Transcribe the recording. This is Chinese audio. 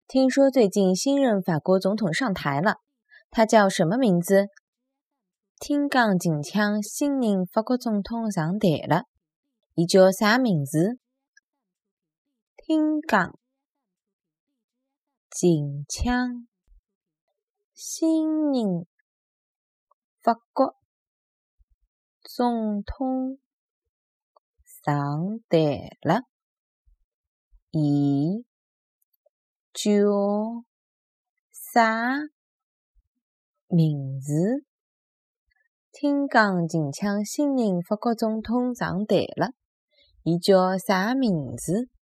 听说最近新任法国总统上台了，他叫什么名字？听讲近腔新任法国总统上台了，伊叫啥名字？听讲近腔新任法国总统上台了，伊叫啥名字？听讲近腔新任法国总统上台了，伊叫啥名字？